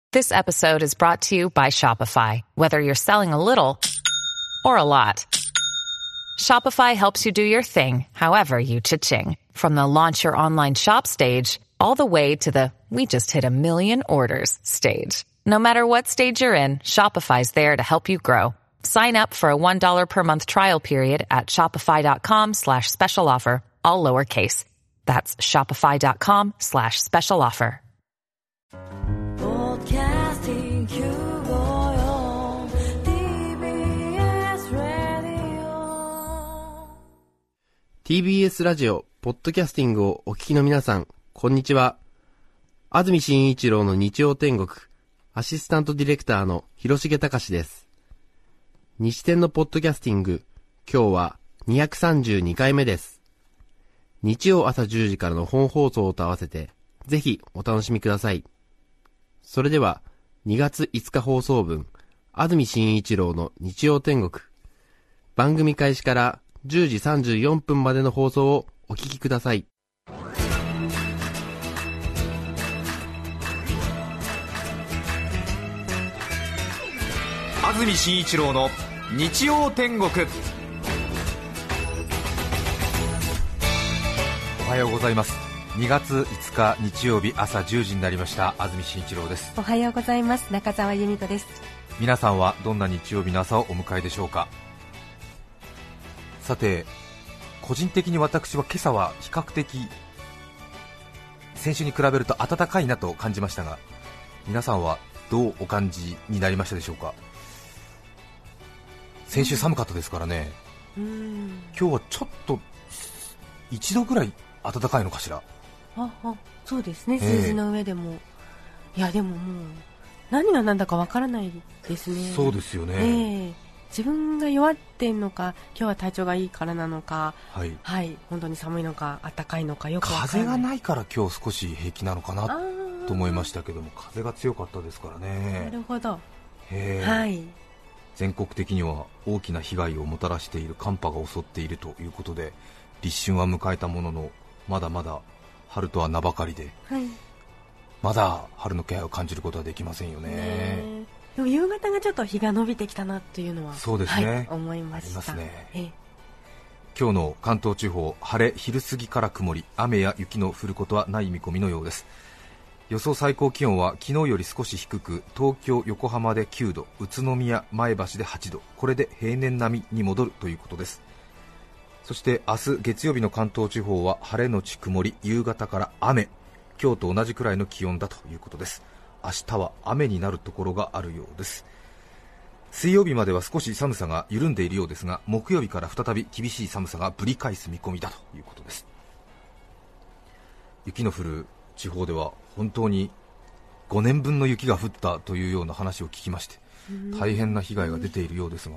This episode is brought to you by Shopify. Whether you're selling a little or a lot, Shopify helps you do your thing, however you cha-ching. From the launch your online shop stage, all the way to the we just hit 1 million orders stage. No matter what stage you're in, Shopify's there to help you grow. Sign up for a $1 per month trial period at shopify.com/special offer, all lowercase. That's shopify.com/special offer. TBS ラジオポッドキャスティングをお聞きの皆さん、こんにちは。安住紳一郎の日曜天国、アシスタントディレクターの広重隆です。西天のポッドキャスティング、今日は232回目です。日曜朝10時からの本放送と合わせて、ぜひお楽しみください。それでは、2月5日放送分、安住紳一郎の日曜天国、番組開始から10時34分までの放送をお聞きください。 安住紳一郎の日曜天国。おはようございます。2月5日日曜日朝10時になりました。安住紳一郎です。 おはようございます。中澤由美子です。 皆さんはどんな日曜日の朝をお迎えでしょうか。さて、個人的に私は今朝は比較的先週に比べると暖かいなと感じましたが、皆さんはどうお感じになりましたでしょうか。先週寒かったですからね。今日はちょっと1度ぐらい暖かいのかしら。 そうですね、数字の上でも。いやでももう何が何だかわからないですね。 そうですよね、 自分が弱ってんのか、今日は体調がいいからなのか、はい、本当に寒いのか暖かいのかよくわからない。 風がないから今日少し平気なのかなと思いましたけども、風が強かったですからね。 なるほど。 はい、全国的には大きな被害をもたらしている寒波が襲っているということで、立春は迎えたもののまだまだ春とは名ばかりで、まだ春の気配を感じることはできませんよね。 でも夕方がちょっと日が伸びてきたなというのは、 そうですね、 思いました。ありますね。今日の関東地方、晴れ、昼過ぎから曇り、雨や雪の降ることはない見込みのようです。予想最高気温は昨日より少し低く、東京、横浜で9度、宇都宮、前橋で8度、これで平年並みに戻るということです。そして明日月曜日の関東地方は晴れのち曇り、夕方から雨、今日と同じくらいの気温だということです。明日は雨になるところがあるようです。水曜日までは少し寒さが緩んでいるようですが、木曜日から再び厳しい寒さがぶり返す見込みだということです。雪の降る地方では本当に5年分の雪が降ったというような話を聞きまして、大変な被害が出ているようですが、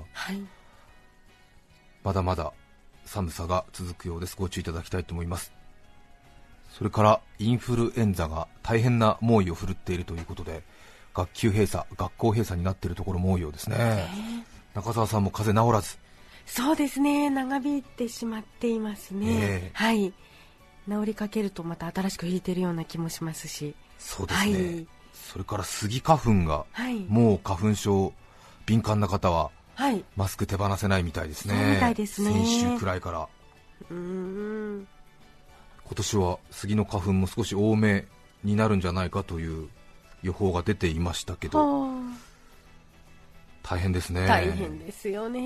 まだまだ寒さが続くようです。ご注意いただきたいと思います。それからインフルエンザが大変な猛威を振るっているということで、学級閉鎖、学校閉鎖になっているところも多いようですね。中澤さんも風邪治らず。 そうですね、長引いてしまっていますね。治りかけるとまた新しく引いているような気もしますし。 そうですね、それからスギ花粉が、もう花粉症敏感な方は、マスク手放せないみたいですね。 そうみたいですね。 先週くらいから。今年は杉の花粉も少し多めになるんじゃないかという予報が出ていましたけど、大変ですね。 大変ですよね。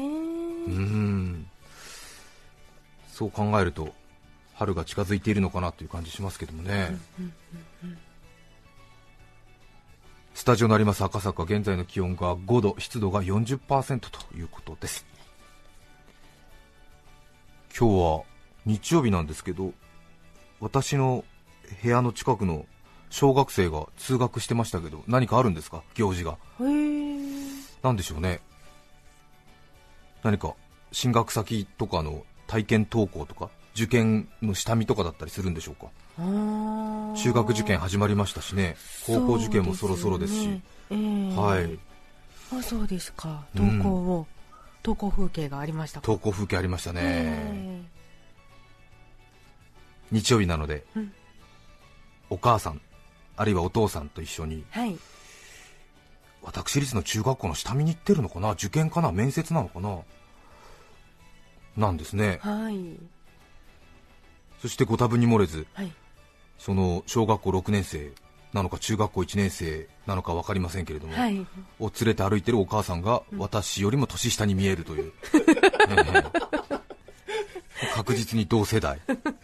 そう考えると春が近づいているのかなという感じしますけどもね。スタジオのあります赤坂、現在の気温が5度、湿度が 40% ということです。今日は日曜日なんですけど、私の部屋の近くの小学生が通学してましたけど、何かあるんですか、行事が。なんでしょうね。何か進学先とかの体験登校とか受験の下見とかだったりするんでしょうか。中学受験始まりましたしね、高校受験もそろそろですし。 そうですか。登校風景がありましたか。 登校風景ありましたね。日曜日なので、お母さんあるいはお父さんと一緒に、 私立の中学校の下見に行ってるのかな、受験かな、面接なのかな、なんですね。 はい。 そしてご多分に漏れず、 はい、 その小学校6年生なのか中学校1年生なのか分かりませんけれども、 はい、 を連れて歩いてるお母さんが私よりも年下に見えるという、確実に同世代、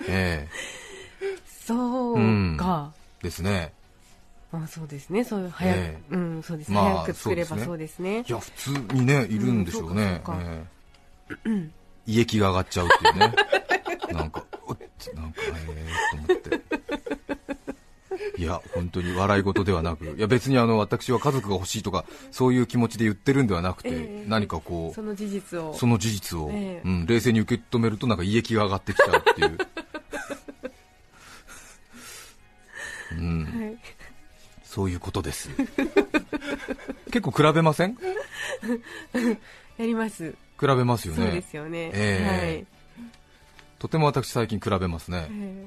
そうか、 ですね。 そうですね、そういう早く、そうですね、早く作ればそうですね。 いや普通にねいるんでしょうね。胃液が上がっちゃうっていうねなんかと思って、いや本当に笑い事ではなく、いや別に私は家族が欲しいとかそういう気持ちで言ってるんではなくて、何かこうその事実を冷静に受け止めるとなんか胃液が上がってきちゃうっていうはい、そういうことです結構比べませんやります、 比べますよね。 そうですよね、はい、 とても私最近比べますね、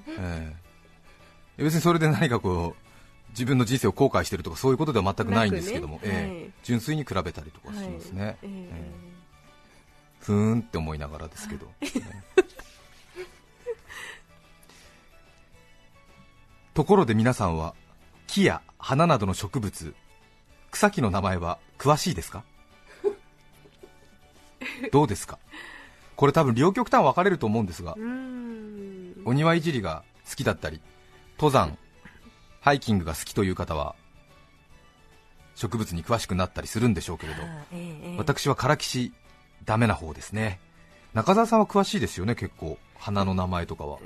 別にそれで何かこう自分の人生を後悔しているとかそういうことでは全くないんですけども、純粋に比べたりとかしますね、ふーんって思いながらですけど、ところで皆さんは木や花などの植物、草木の名前は詳しいですかどうですか。これ多分両極端分かれると思うんですが、お庭いじりが好きだったり登山ハイキングが好きという方は植物に詳しくなったりするんでしょうけれど、私はからきしダメな方ですね。中澤さんは詳しいですよね、結構花の名前とかは。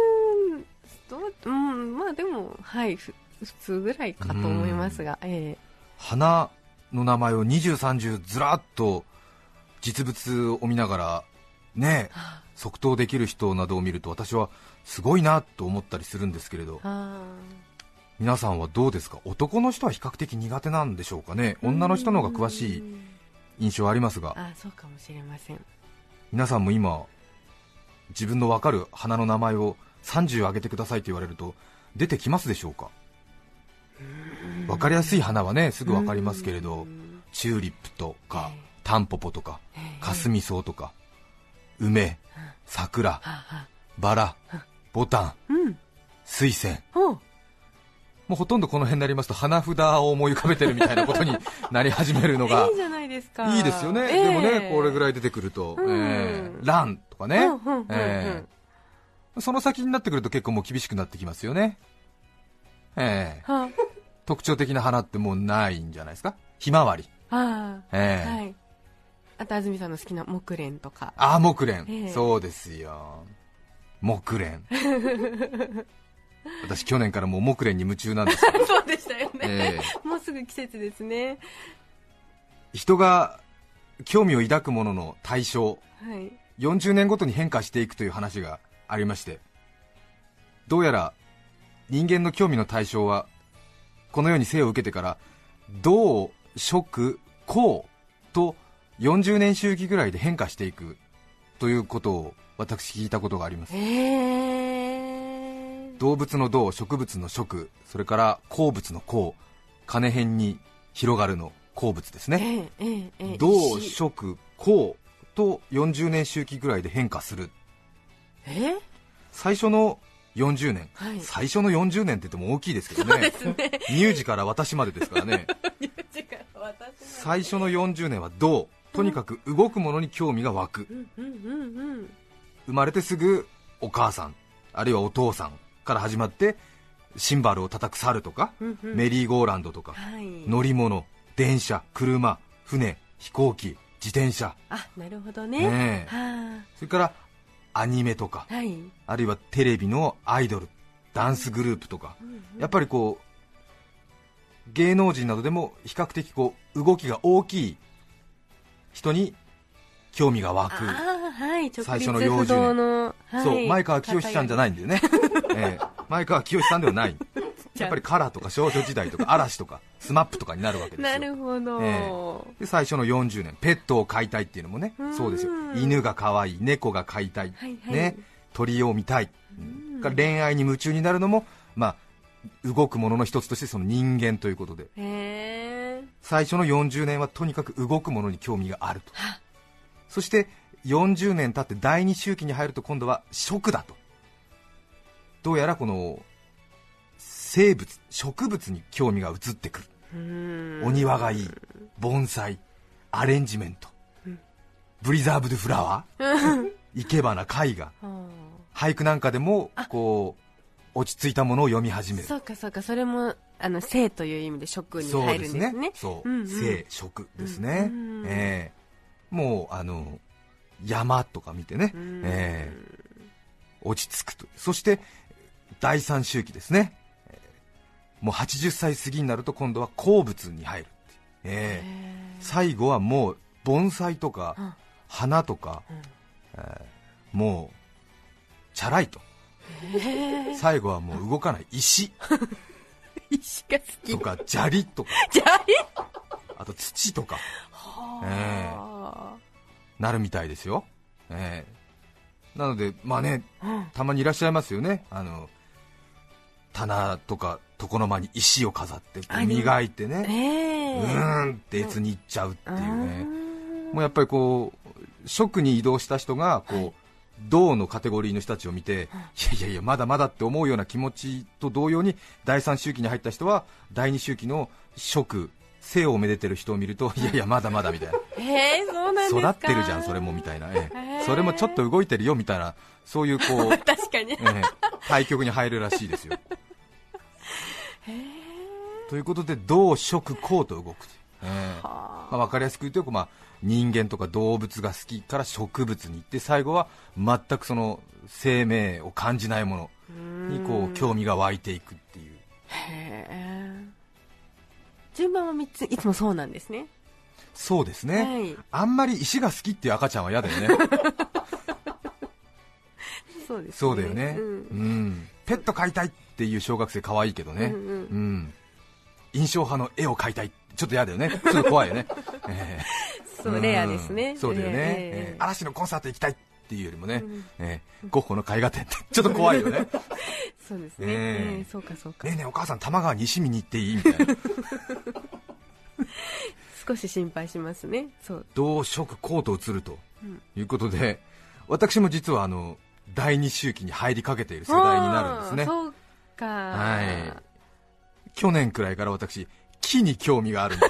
まあでもはい普通ぐらいかと思いますが、 花の名前を20、30ずらっと実物を見ながらね即答できる人などを見ると私はすごいなと思ったりするんですけれど、皆さんはどうですか。男の人は比較的苦手なんでしょうかね。女の人の方が詳しい印象ありますが、 そうかもしれません。 皆さんも今自分の分かる花の名前を30挙げてくださいと言われると出てきますでしょうか。分かりやすい花はねすぐ分かりますけれど、チューリップとかタンポポとかカスミソウとか梅、桜、バラ、ボタン、水仙、もうほとんどこの辺になりますと花札を思い浮かべてるみたいなことになり始めるのがいいじゃないですか。 いいですよね、でもねこれぐらい出てくると、ランとかね、その先になってくると結構もう厳しくなってきますよね。特徴的な花ってもうないんじゃないですか。ひまわり、 はい、あと安住さんの好きな木蓮とか。 木蓮、そうですよ、木蓮私去年からもう木蓮に夢中なんですけどそうでしたよね、もうすぐ季節ですね。 人が興味を抱くものの対象、40年ごとに変化していくという話がありまして、どうやら人間の興味の対象はこのように生を受けてから動食功と40年周期ぐらいで変化していくということを私聞いたことがあります。動物の動、植物の植、それから鉱物の鉱、金辺に広がるの鉱物ですね。動食鉱と40年周期ぐらいで変化する。最初の40年、最初の40年って言っても大きいですけどね、乳児から私までですからね最初の40年は動、とにかく動くものに興味が湧く、生まれてすぐお母さんあるいはお父さんから始まってシンバルを叩く猿とか、メリーゴーランドとか、乗り物、電車、車、船、飛行機、自転車、 なるほどね、 それからアニメとか、あるいはテレビのアイドル、ダンスグループとか、やっぱりこう芸能人などでも比較的こう動きが大きい人に興味が湧く、最初の40年、そう前川清さんじゃないんだよね前川清さんではないやっぱりカラーとか少女時代とか嵐とかスマップとかになるわけですよ。 なるほど、 で最初の40年、ペットを飼いたいっていうのもね、そうですよ。犬が可愛い、猫が飼いたい、鳥を見たい、恋愛に夢中になるのも、動くものの一つとしてその人間ということで、 最初の40年はとにかく動くものに興味があると。そして40年経って第二周期に入ると今度は食だと。どうやらこの生物、植物に興味が移ってくる。お庭がいい、盆栽、アレンジメント、ブリザーブドゥフラワー、生け花、絵画、俳句なんかでもこう落ち着いたものを読み始める。 そうかそうか、それも生という意味で食に入るんですね。 そう、生、食ですね。もう山とか見てね、落ち着くと。そして第三周期ですね。もう80歳過ぎになると今度は鉱物に入る。最後はもう盆栽とか花とか、もうチャラいと。最後はもう動かない石石が好きとか砂利とか砂利、 あと土とか、なるみたいですよ。なのでまあね、たまにいらっしゃいますよね。棚とか床の間に石を飾って磨いてね、って越に行っちゃうっていうね。もうやっぱりこう職に移動した人がこう、銅のカテゴリーの人たちを見て、いやいやまだまだって思うような気持ちと同様に、第3周期に入った人は第2周期の職、生をめでてる人を見ると、いやいやまだまだみたいな、 そうなんですか、 育ってるじゃんそれもみたいな、それもちょっと動いてるよみたいな、そういうこう確かに、 対極に入るらしいですよ。ということで動食功と動く、分かりやすく言うと、人間とか動物が好きから植物に行って、最後は全くその生命を感じないものにこう興味が湧いていくっていう。 順番は3ついつもそうなんですね。 そうですね、あんまり石が好きっていう赤ちゃんは嫌だよね。 そうですね、 そうだよね、ペット飼いたいっていう小学生可愛いけどね、印象派の絵を描いたいちょっと嫌だよね、ちょっと怖いよね。 そうレアですね。 そうだよね、嵐のコンサート行きたいっていうよりもね、ゴッホの絵画展ってちょっと怖いよね。 そうですね、そうかそうか。 ねえねえお母さん多摩川西見に行っていいみたいな。 少し心配しますね。そう動食功と移るということで、私も実は第2周期に入りかけている世代になるんですね。 そうか、 去年くらいから私木に興味があるんです。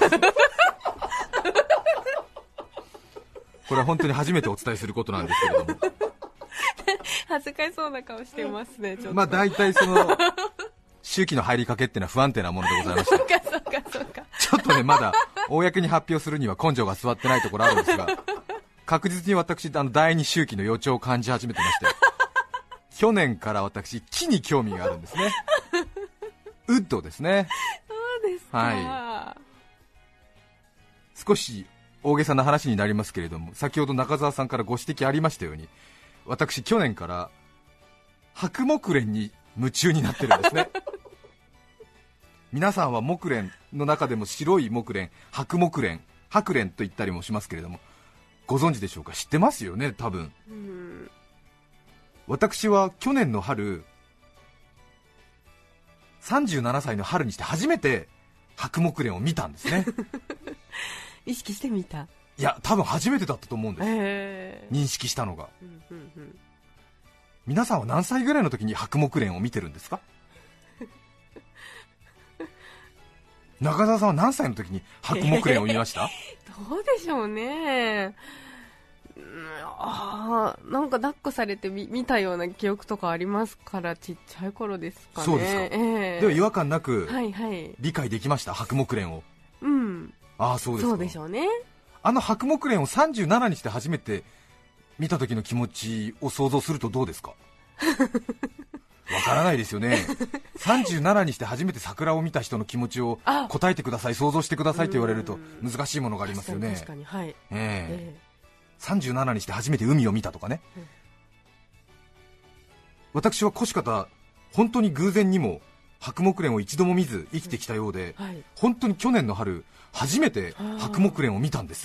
これは本当に初めてお伝えすることなんですけれども。 恥ずかしそうな顔してますね。ちょっと大体その周期の入りかけっていうのは不安定なものでございまして、 そうかちょっとねまだ公に発表するには根性が座ってないところあるんですが、確実に私第2周期の予兆を感じ始めてまして、去年から私木に興味があるんですね。ウッドですね。 そうですか、 少し大げさな話になりますけれども、先ほど中澤さんからご指摘ありましたように、私去年から白木蓮に夢中になってるんですね。皆さんは木蓮の中でも白い木蓮、白木蓮、白蓮と言ったりもしますけれども、ご存知でしょうか。知ってますよね多分。私は去年の春、37歳の春にして初めて白木蓮を見たんですね。 意識してみた。 いや多分初めてだったと思うんです、認識したのが。皆さんは何歳ぐらいの時に白木蓮を見てるんですか？中澤さんは何歳の時に白木蓮を見ました？ どうでしょうね。なんか抱っこされて見たような記憶とかありますから、ちっちゃい頃ですかね。 そうですか、では違和感なく理解できました、白木蓮を。そうですか。 そうでしょうね。 白木蓮を37にして初めて見た時の気持ちを想像するとどうですか？わからないですよね。37にして初めて桜を見た人の気持ちを答えてください、想像してくださいと言われると難しいものがありますよね。 確かにはい、 37にして初めて海を見たとかね、私は腰方本当に偶然にも白木蓮を一度も見ず生きてきたようで、本当に去年の春初めて白木蓮を見たんです。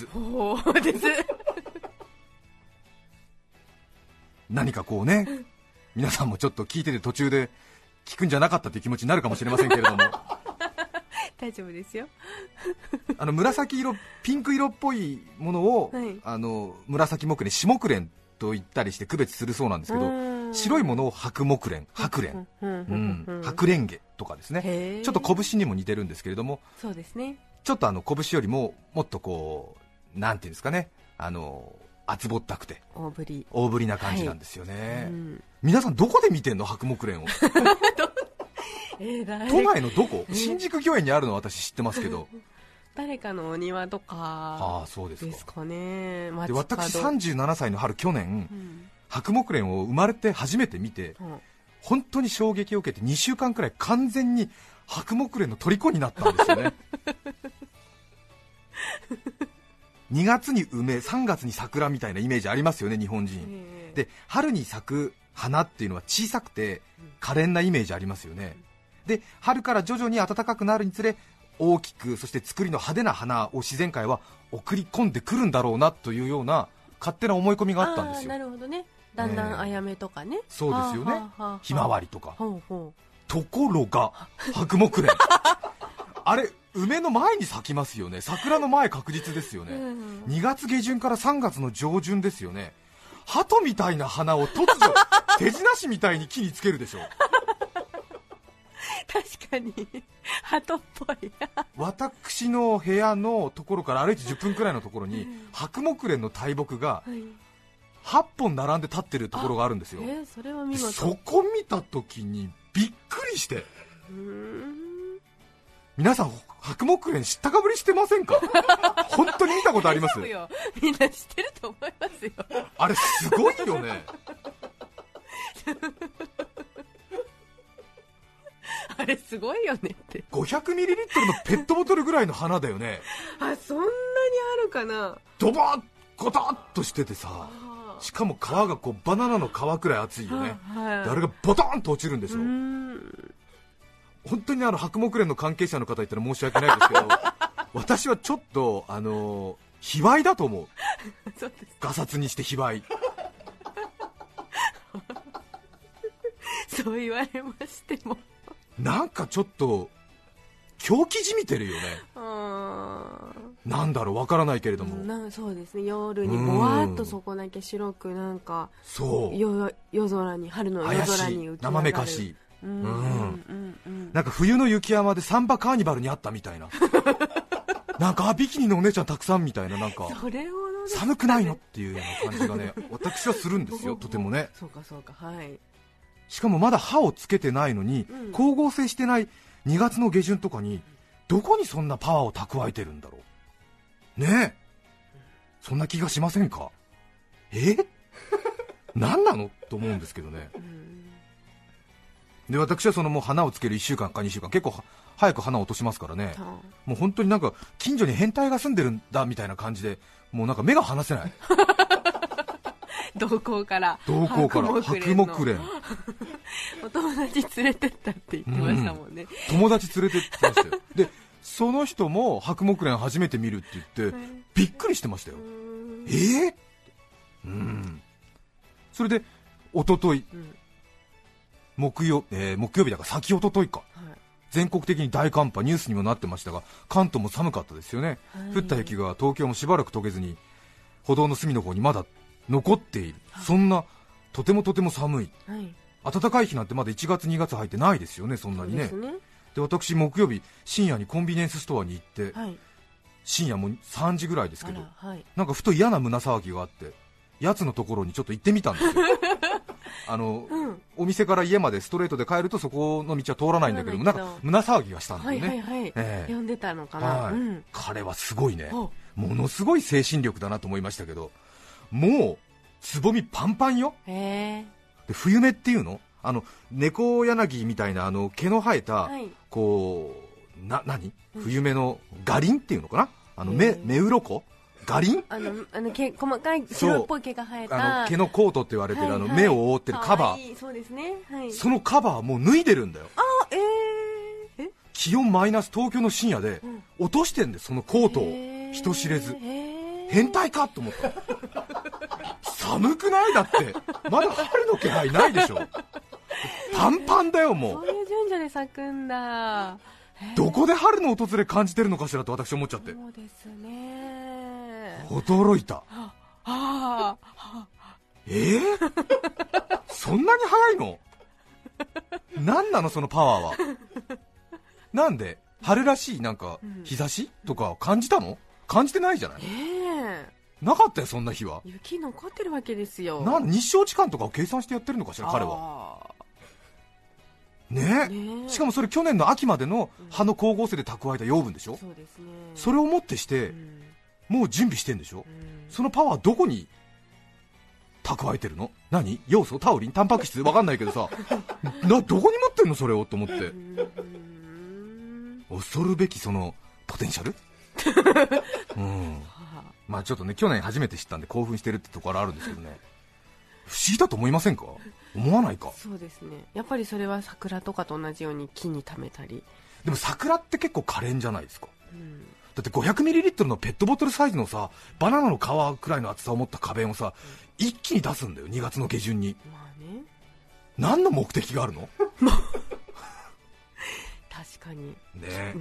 何かこうね、皆さんもちょっと聞いてて途中で聞くんじゃなかったという気持ちになるかもしれませんけれども大丈夫ですよ。 紫色、ピンク色っぽいものを、はい、紫木蓮、紫木蓮と言ったりして区別するそうなんですけど、白いものを白木蓮、白蓮、白蓮華とかですね、ちょっと拳にも似てるんですけれども、 そうですね、 ちょっと拳よりももっとこう、なんていうんですかね、厚ぼったくて大ぶりな感じなんですよね、はい、皆さんどこで見てんの、白木蓮を都内のどこ、新宿御苑にあるのは私知ってますけど誰かのお庭とかですかね。 で私37歳の春、去年、白木蓮を生まれて初めて見て、本当に衝撃を受けて2週間くらい完全に白木蓮の虜になったんですよね2月に梅、3月に桜みたいなイメージありますよね、日本人で。春に咲く花っていうのは小さくて可憐なイメージありますよね。で、春から徐々に暖かくなるにつれ大きく、そして作りの派手な花を自然界は送り込んでくるんだろうなというような勝手な思い込みがあったんですよ。 なるほどね、だんだんあやめとかね、 そうですよね、ひまわりとか。ところが白木蓮あれ梅の前に咲きますよね、桜の前確実ですよね、2月下旬から3月の上旬ですよね。鳩みたいな花を突如手品師みたいに木につけるでしょ確かに鳩っぽい私の部屋のところから歩いて10分くらいのところに、白木蓮の大木が8本並んで立ってるところがあるんですよ。 それは見事。 そこ見た時にびっくりして、皆さん白木蓮知ったかぶりしてませんか本当に見たことあります？ みんな知ってると思いますよ。 あれすごいよねあれすごいよねって。 500ミリリットルのペットボトルぐらいの花だよねあ、そんなにあるかな。 ドバッゴタッとしててさ、しかも皮がこうバナナの皮くらい厚いよね、であれがボタンと落ちるんでしょ。本当に白木蓮の関係者の方言ったら申し訳ないですけど私はちょっと卑猥だと思うそうです、 ガサツにして卑猥そう言われましてもなんかちょっと狂気じみてるよね。なんだろう、わからないけれども、 そうですね、夜にぼわっとそこだけ白く、なんかそう夜空に、春の夜空に浮き上がる生めかしい、なんか冬の雪山でサンバカーニバルにあったみたいななんかビキニのお姉ちゃんたくさんみたいな、なんかそれを寒くないのっていうような感じがね私はするんですよとてもね。 そうかそうか、はい。 しかもまだ葉をつけてないのに、光合成してない2月の下旬とかにどこにそんなパワーを蓄えてるんだろうねえ、そんな気がしませんか？何なのと思うんですけどね。で私はもう花をつける1週間か2週間結構早く花を落としますからね、もう本当になんか近所に変態が住んでるんだみたいな感じで、もうなんか目が離せない同行から白木蓮お友達連れてったって言ってましたもんね、 友達連れてってましたよでその人も白木蓮初めて見るって言ってびっくりしてましたよ。それで一昨日、木曜日だから先一昨日か、全国的に大寒波、ニュースにもなってましたが関東も寒かったですよね、降った雪が東京もしばらく溶けずに歩道の隅の方にまだ残っている、そんなとても寒い、暖かい日なんてまだ1月2月入ってないですよね、そんなにね。で私木曜日深夜にコンビニエンスストアに行って、深夜も3時ぐらいですけど、なんかふと嫌な胸騒ぎがあってやつのところにちょっと行ってみたんですよお店から家までストレートで帰るとそこの道は通らないんだけども、なんか胸騒ぎがしたんだよね、 呼んでたのかな、 彼はすごいね、ものすごい精神力だなと思いましたけど、もうつぼみパンパンよ。で冬目っていうの、猫柳みたいな毛の生えた、こう何冬目のガリンっていうのかな、目鱗ガリン、 細かい白っぽい毛が生えた毛のコートって言われてる、目を覆ってるカバー、 そうですね、 そのカバーもう脱いでるんだよ。気温マイナス東京の深夜で落としてんで、そのコートを人知れず、変態かと思った寒くない？だってまだ春の気配ないでしょパンパンだよもう。 そういう順序で咲くんだ。 どこで春の訪れ感じてるのかしらと私思っちゃって。 そうですね、 驚いた。そんなに早いの？何なのそのパワーは。なんで春らしいなんか日差しとか感じたの？感じてないじゃない。なかったよそんな日は。 雪残ってるわけですよ。 日照時間とかを計算してやってるのかしら彼は。ねえ、しかもそれ去年の秋までの葉の光合成で蓄えた養分でしょ。 そうですね。 それをもってして、もう準備してんでしょ。そのパワーどこに蓄えてるの？何？要素？タウリン？タンパク質？わかんないけどさどこに持ってんのそれをと思って。恐るべきそのポテンシャルまあちょっとね、去年初めて知ったんで興奮してるってところあるんですけどね。不思議だと思いませんか？思わないか？ そうですね。やっぱりそれは桜とかと同じように木に溜めたり。 でも桜って結構可憐じゃないですか。だって 500ml のペットボトルサイズのさ、バナナの皮くらいの厚さを持った花弁をさ、一気に出すんだよ、2月の下旬に。 まあね、 何の目的があるの？ 確かにね。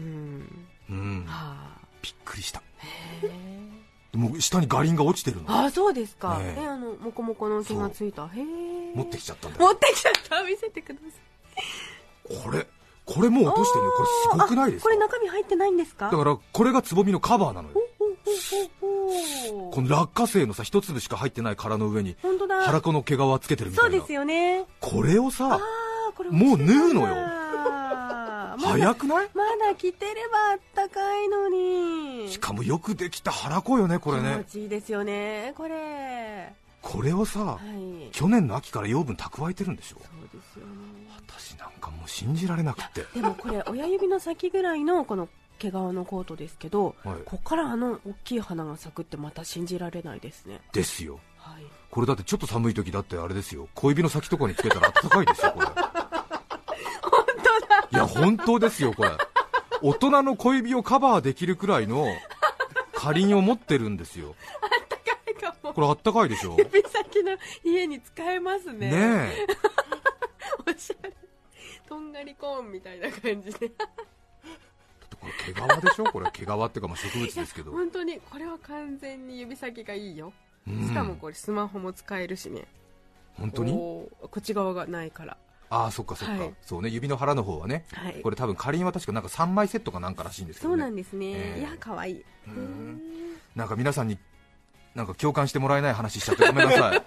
びっくりした。もう下にガリンが落ちてるの。 そうですか。モコモコの毛がついた。 持ってきちゃったんだよ。 持ってきちゃった。見せてください。これもう落としてるね。これすごくないですか？ これ中身入ってないんですか？ だからこれがつぼみのカバーなのよ。この落花生のさ、一粒しか入ってない殻の上に腹子の毛皮つけてるみたいな。 そうですよね。 これをさ、もう縫うのよ。早くない？ まだ着てればあったかいのに。 しかもよくできた腹子よね、これね。 気持ちいいですよね、これ。 これをさ、去年の秋から養分蓄えてるんでしょ。 そうですよね。 私なんかもう信じられなくて。 でもこれ親指の先ぐらいのこの毛皮のコートですけど、ここから大きい花が咲くってまた信じられないですね。 ですよ。これだってちょっと寒い時だってあれですよ、小指の先とかにつけたら暖かいですよこれ。 本当だ。 いや本当ですよこれ。大人の小指をカバーできるくらいのかりんを持ってるんですよ。 あったかいかも。 これあったかいでしょ。 指先の家に使えますね。 ねえ。 おしゃれ。とんがりコーンみたいな感じで。 だってこれ毛皮でしょ。これ毛皮っていうかまあ植物ですけど。 本当にこれは完全に指先がいいよ。しかもこれスマホも使えるしね。 本当に？ こっち側がないから。 そっかそっか、そうね、指の腹の方はね、これ多分かりんは確かなんか3枚セットかなんからしいんですけどね。 そうなんですね。いや可愛い。 なんか皆さんになんか共感してもらえない話しちゃってごめんなさい。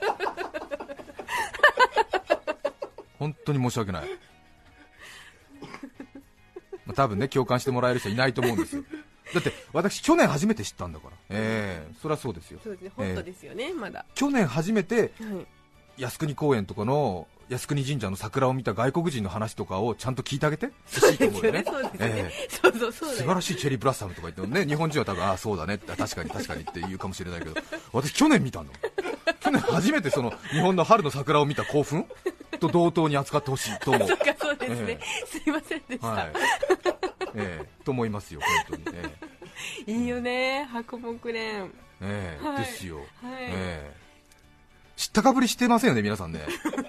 本当に申し訳ない。多分ね共感してもらえる人いないと思うんですよ。だって私去年初めて知ったんだから。そりゃそうですよ。 そうですね、ホットですよね、まだ。 去年初めて、靖国公園とかの靖国神社の桜を見た外国人の話とかをちゃんと聞いてあげて。 そうですよね。そう素晴らしいチェリーブラッサムとか言ってもね、日本人は多分そうだねって確かにって言うかもしれないけど、私去年見たの。去年初めてその日本の春の桜を見た興奮と同等に扱ってほしいと思う。 そうですね、すいませんでした、 と思いますよ本当に。 いいよね白木蓮。 ですよ。知ったかぶりしてませんよね皆さんね。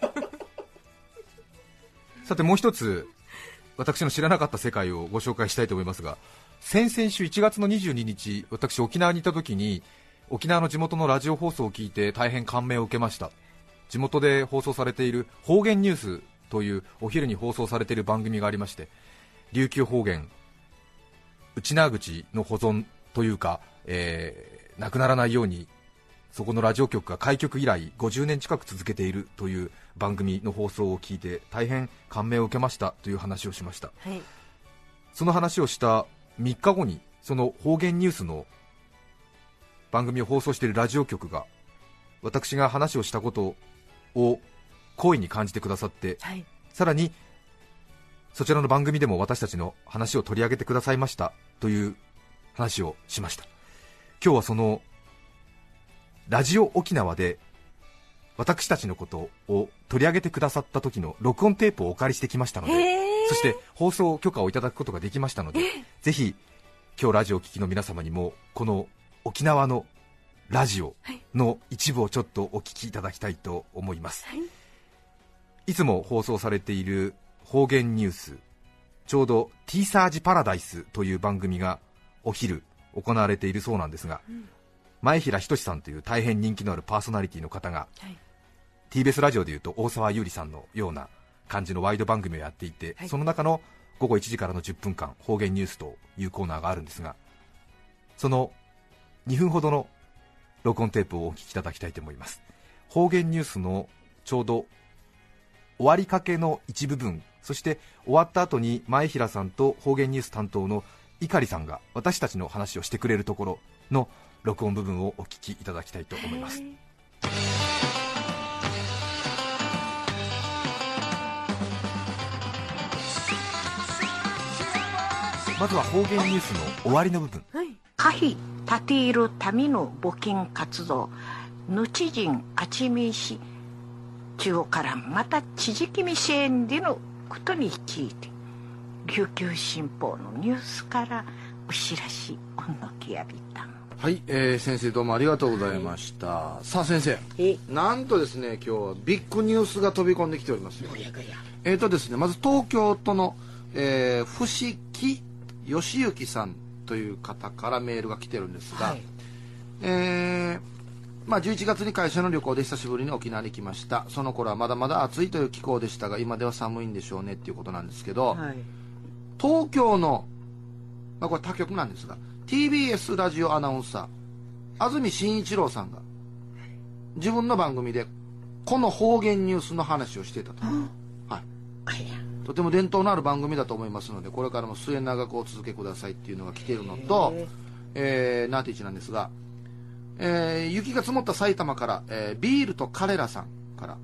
さてもう一つ私の知らなかった世界をご紹介したいと思いますが、先々週1月の22日私沖縄にいた時に沖縄の地元のラジオ放送を聞いて大変感銘を受けました。地元で放送されている方言ニュースというお昼に放送されている番組がありまして、琉球方言内縄口の保存というか、なくならないようにそこのラジオ局が開局以来50年近く続けているという番組の放送を聞いて大変感銘を受けましたという話をしました、その話をした3日後にその方言ニュースの番組を放送しているラジオ局が私が話をしたことを好意に感じてくださって、さらにそちらの番組でも私たちの話を取り上げてくださいましたという話をしました。今日はそのラジオ沖縄で私たちのことを取り上げてくださった時の録音テープをお借りしてきましたので、そして放送許可をいただくことができましたので、ぜひ今日ラジオを聴きの皆様にもこの沖縄のラジオの一部をちょっとお聞きいただきたいと思います、いつも放送されている方言ニュースちょうどティーサージパラダイスという番組がお昼行われているそうなんですが、前平仁さんという大変人気のあるパーソナリティの方が、TBS ラジオでいうと大沢優里さんのような感じのワイド番組をやっていて、その中の午後1時からの10分間方言ニュースというコーナーがあるんですが、その2分ほどの録音テープをお聞きいただきたいと思います。方言ニュースのちょうど終わりかけの一部分、そして終わった後に前平さんと方言ニュース担当の碇さんが私たちの話をしてくれるところの録音部分をお聞きいただきたいと思います。まずは方言ニュースの終わりの部分。 可否立ているための募金活動、ぬち人あちみし中からまた地域み支援でのことについて、琉球新報のニュースからお知らしおんのきやびたん。 はい、先生どうもありがとうございました。さあ先生、なんとですね、今日はビッグニュースが飛び込んできておりますよ。ですね、まず東京都の、伏木義行さんという方からメールが来てるんですが、11月に会社の旅行で久しぶりに沖縄に来ました。その頃はまだまだ暑いという気候でしたが、今では寒いんでしょうねっていうことなんですけど、東京の、これ他局なんですが TBS ラジオアナウンサー安住紳一郎さんが自分の番組でこの方言ニュースの話をしていたと、とても伝統のある番組だと思いますので、これからも末永くお続けくださいっていうのが来ているのと、なんて一なんですが、雪が積もった埼玉から、ビールとカレラさんから、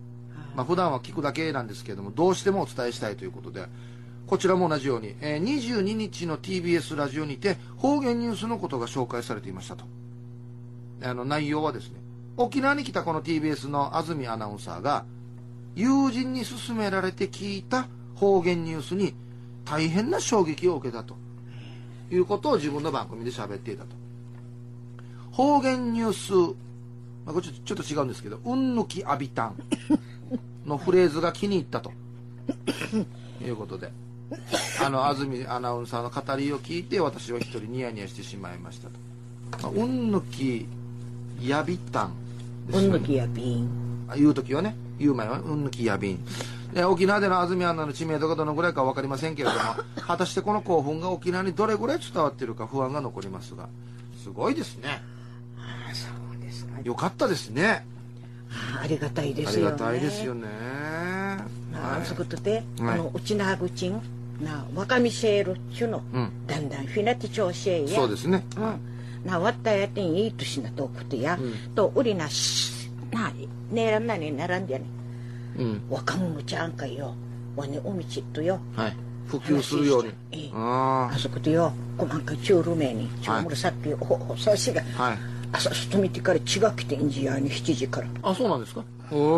普段は聞くだけなんですけれども、どうしてもお伝えしたいということで、こちらも同じように、22日の TBS ラジオにて方言ニュースのことが紹介されていましたと。内容はですね、沖縄に来たこの TBS の安住アナウンサーが友人に勧められて聞いた方言ニュースに大変な衝撃を受けたということを自分の番組で喋っていたと。方言ニュース、これちょっと違うんですけど、うんぬきあびたんのフレーズが気に入ったということで、安住アナウンサーの語りを聞いて私は一人ニヤニヤしてしまいましたと。うんぬきやびたんですよね。 うんぬきやびん言うときはね、言う前はうんぬきやびんで、沖縄での安住アナの知名度がどのぐらいか分かりませんけれども果たしてこの興奮が沖縄にどれぐらい伝わっているか不安が残りますが、すごいですね。 そうですか。 よかったですね。 ありがたいですよね。 ありがたいですよね。 そういうことで、うちなぐちんな若みせるっちゅうの、だんだんフィナティ調子や。 そうですね。 なわったやってんいい年なとことや、とうりなねらんなに並んでやね。若者ちゃんかよ、わねおみちっとよ。 普及するように。 あそこでよ、こまんかちゅうるめに、ちゅうむるさっきおさしが。朝外見てから血が来てんじやに7時から。 あ、そうなんですか。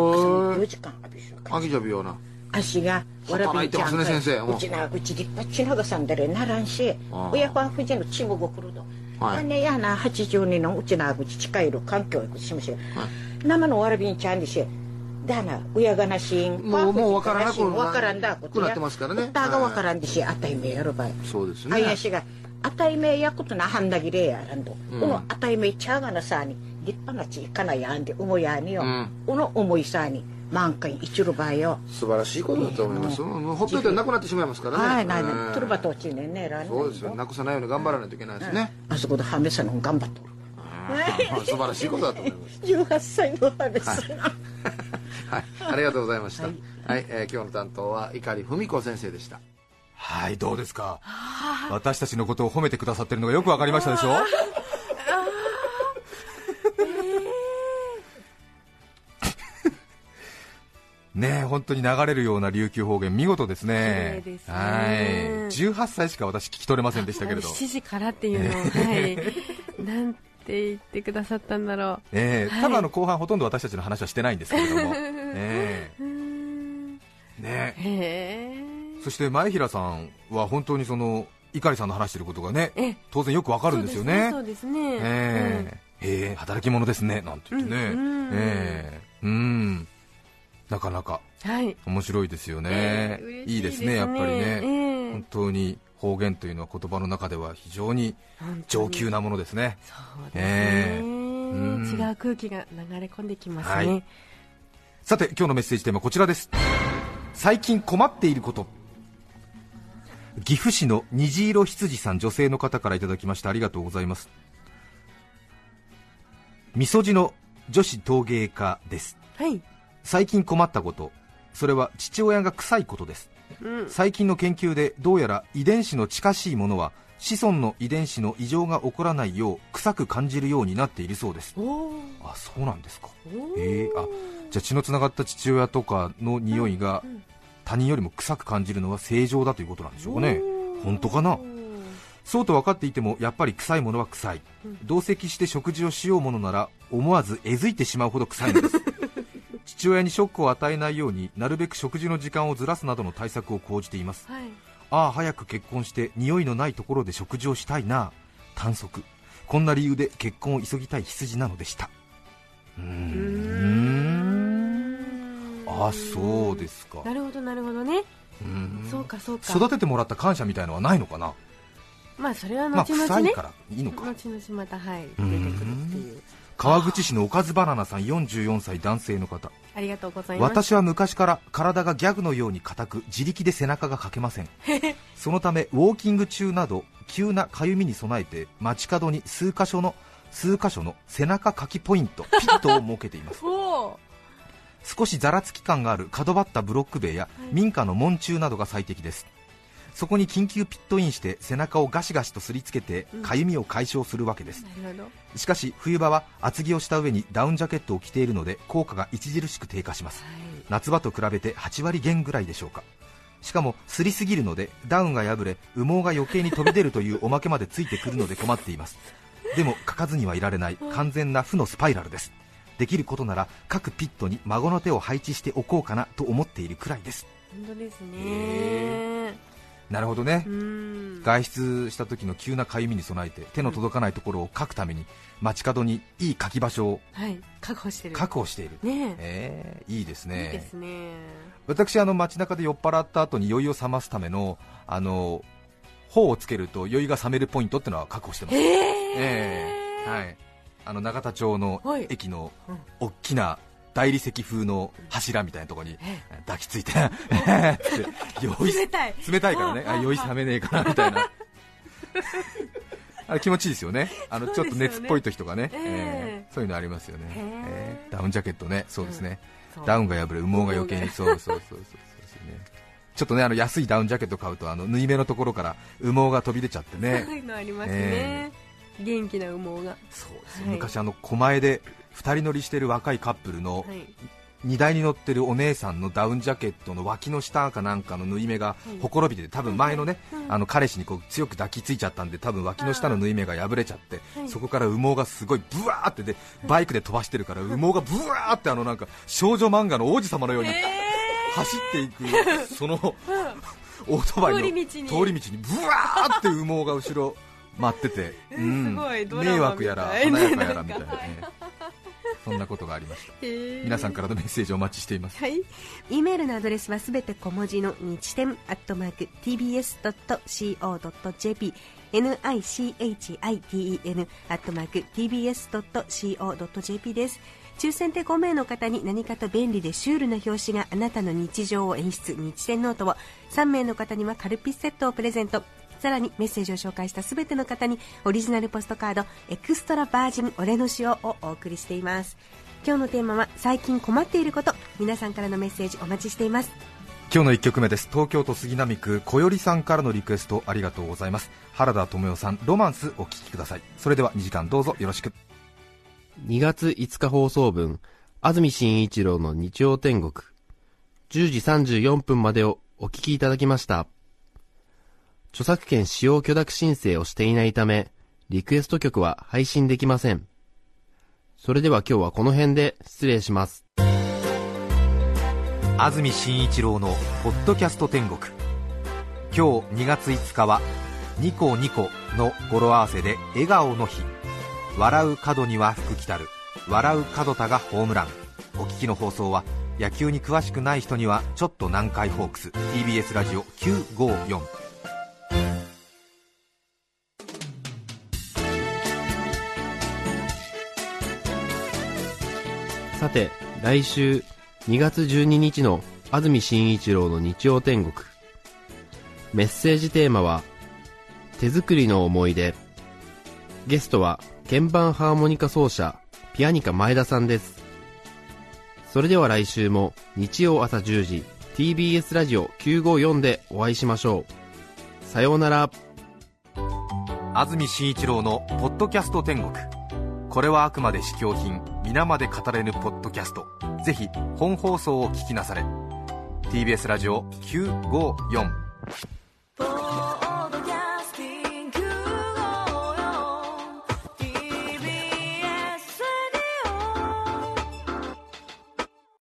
4時間浴びしゅうか。 あきじゃびような。 足がわらびんちゃんか、うちなぐち立派ちながさんだれならんし、親子はふじのちむごくるど。ねやな82のうちなぐち近いる環境をしましょう。生のわらびんちゃんでし、だな親がなしん。 もう分からなく分からんだことなってますからね。 歌が分からんでし、あたいめやる場合。 そうですね。 あやしが。あたいめやことなはんだぎれやらんと、このあたいめちゃがなさに立派なちいかなやんで思いやによ、この思いさに満開一る場合よ。 素晴らしいことだと思います。ほっといたらなくなってしまいますからね。 はい、ないない、とるばとちねねらん。 そうですよ、なくさないように頑張らないといけないですね。 あそこでハメさんの頑張っとる。 素晴らしいことだと思います。 18歳のハメさん。 はい、ありがとうございました。はい、今日の担当は碇文子先生でした。 はい、どうですか。私たちのことを褒めてくださってるのがよくわかりましたでしょ。ねえ、本当に流れるような琉球方言見事ですね。 そうですね。 はい、18歳しか私聞き取れませんでしたけれど、 7時からっていうのを、はい、なんて言ってくださったんだろう。 多分後半ほとんど私たちの話はしてないんですけれどもそして前平さんは本当にその碇さんの話していることがね、当然よくわかるんですよね。 そうですね。 働き者ですねなんて言ってね、なかなか面白いですよね。いいですね、やっぱりね。 本当に方言というのは言葉の中では非常に上級なものですね。 そうですね、違う空気が流れ込んできますね、はい、 さて今日のメッセージテーマはこちらです。最近困っていること。岐阜市の虹色羊さん、女性の方からいただきました。ありがとうございます。みそじの女子陶芸家です、 はい、 最近困ったこと、それは父親が臭いことです、最近の研究でどうやら遺伝子の近しいものは子孫の遺伝子の異常が起こらないよう臭く感じるようになっているそうです。あ、そうなんですか。じゃあ血のつながった父親とかの匂いが他人よりも臭く感じるのは正常だということなんでしょうかね。本当かな。そうと分かっていてもやっぱり臭いものは臭い、同席して食事をしようものなら思わずえずいてしまうほど臭いのです父親にショックを与えないようになるべく食事の時間をずらすなどの対策を講じています、はい、ああ早く結婚して匂いのないところで食事をしたいな。短足。こんな理由で結婚を急ぎたい羊なのでした。あ、そうですか。 なるほどなるほどね。そうかそうか。 育ててもらった感謝みたいのはないのかな。 まあそれは後々ね、 臭いからいいのか。 後々また、はい、出てくるっていう。 川口市のおかずバナナさん、44歳男性の方。 ありがとうございます。 私は昔から体がギャグのように硬く自力で背中がかけませんそのためウォーキング中など急なかゆみに備えて街角に数箇所の背中かきポイントピットを設けています少しざらつき感がある角張ったブロック塀や民家の門柱などが最適です。そこに緊急ピットインして背中をガシガシとすりつけてかゆみを解消するわけです、しかし冬場は厚着をした上にダウンジャケットを着ているので効果が著しく低下します、夏場と比べて8割減ぐらいでしょうか。しかもすりすぎるのでダウンが破れ羽毛が余計に飛び出るというおまけまでついてくるので困っていますでも書かずにはいられない完全な負のスパイラルです。できることなら各ピットに孫の手を配置しておこうかなと思っているくらいです。 本当ですね。 なるほどね。外出した時の急なかゆみに備えて手の届かないところをかくために街角にいいかき場所を、 確保している、 ね、いいですね。 いいですね。 私街中で酔っ払った後に酔いを覚ますための頬をつけると酔いが覚めるポイントってのは確保してます。はい、永田町の駅の大きな大理石風の柱みたいなところに抱きついて冷たいからね、酔い冷めねえかなみたいなあれ気持ちいいですよね。ちょっと熱っぽい時とかね、そういうのありますよね。ダウンジャケットね、そうですね、ダウンが破れ羽毛が余計にそうですね。ちょっとね安いダウンジャケット買うと縫い目のところから羽毛が飛び出ちゃってね、 そういうのありますね、元気な羽毛が。 そうですね、昔狛江で2人乗りしてる若いカップルの荷台に乗ってるお姉さんのダウンジャケットの脇の下かなんかの縫い目がほころびてて、多分前のね彼氏にこう強く抱きついちゃったんで多分脇の下の縫い目が破れちゃって、そこから羽毛がすごいブワーってでバイクで飛ばしてるから羽毛がブワーってなんか少女漫画の王子様のように走っていくそのオートバイの通り道にブワーって羽毛が後ろ待ってて、迷惑やら華やかやらみたいなそんなことがありました。皆さんからのメッセージをお待ちしています。 E メールのアドレスはすべて小文字の日天@tbs.co.jp nichiten@tbs.co.jp です。抽選で5名の方に何かと便利でシュールな表紙があなたの日常を演出日天ノートを、3名の方にはカルピスセットをプレゼント。さらにメッセージを紹介したすべての方にオリジナルポストカードエクストラバージン俺の塩をお送りしています。今日のテーマは最近困っていること。皆さんからのメッセージお待ちしています。 今日の1曲目です。東京都杉並区小よりさんからのリクエストありがとうございます。原田知世さんロマンスお聴きください。それでは2時間どうぞよろしく。 2月5日放送分安住紳一郎の日曜天国10時34分までをお聞きいただきました。著作権使用許諾申請をしていないため、リクエスト曲は配信できません。それでは今日はこの辺で失礼します。 安住紳一郎のポッドキャスト天国。今日2月5日はニコニコの語呂合わせで笑顔の日。笑う角には福来たる、笑う角田がホームラン。お聞きの放送は野球に詳しくない人にはちょっと難解ホークス TBS ラジオ954。 さて、来週2月12日の安住紳一郎の日曜天国、メッセージテーマは手作りの思い出。ゲストは鍵盤ハーモニカ奏者ピアニカ前田さんです。それでは来週も日曜朝10時 TBS ラジオ954でお会いしましょう。さようなら。 安住紳一郎のポッドキャスト天国。これはあくまで試供品、皆まで語れぬポッドキャスト。ぜひ本放送を聞きなされ。 TBS ラジオ954。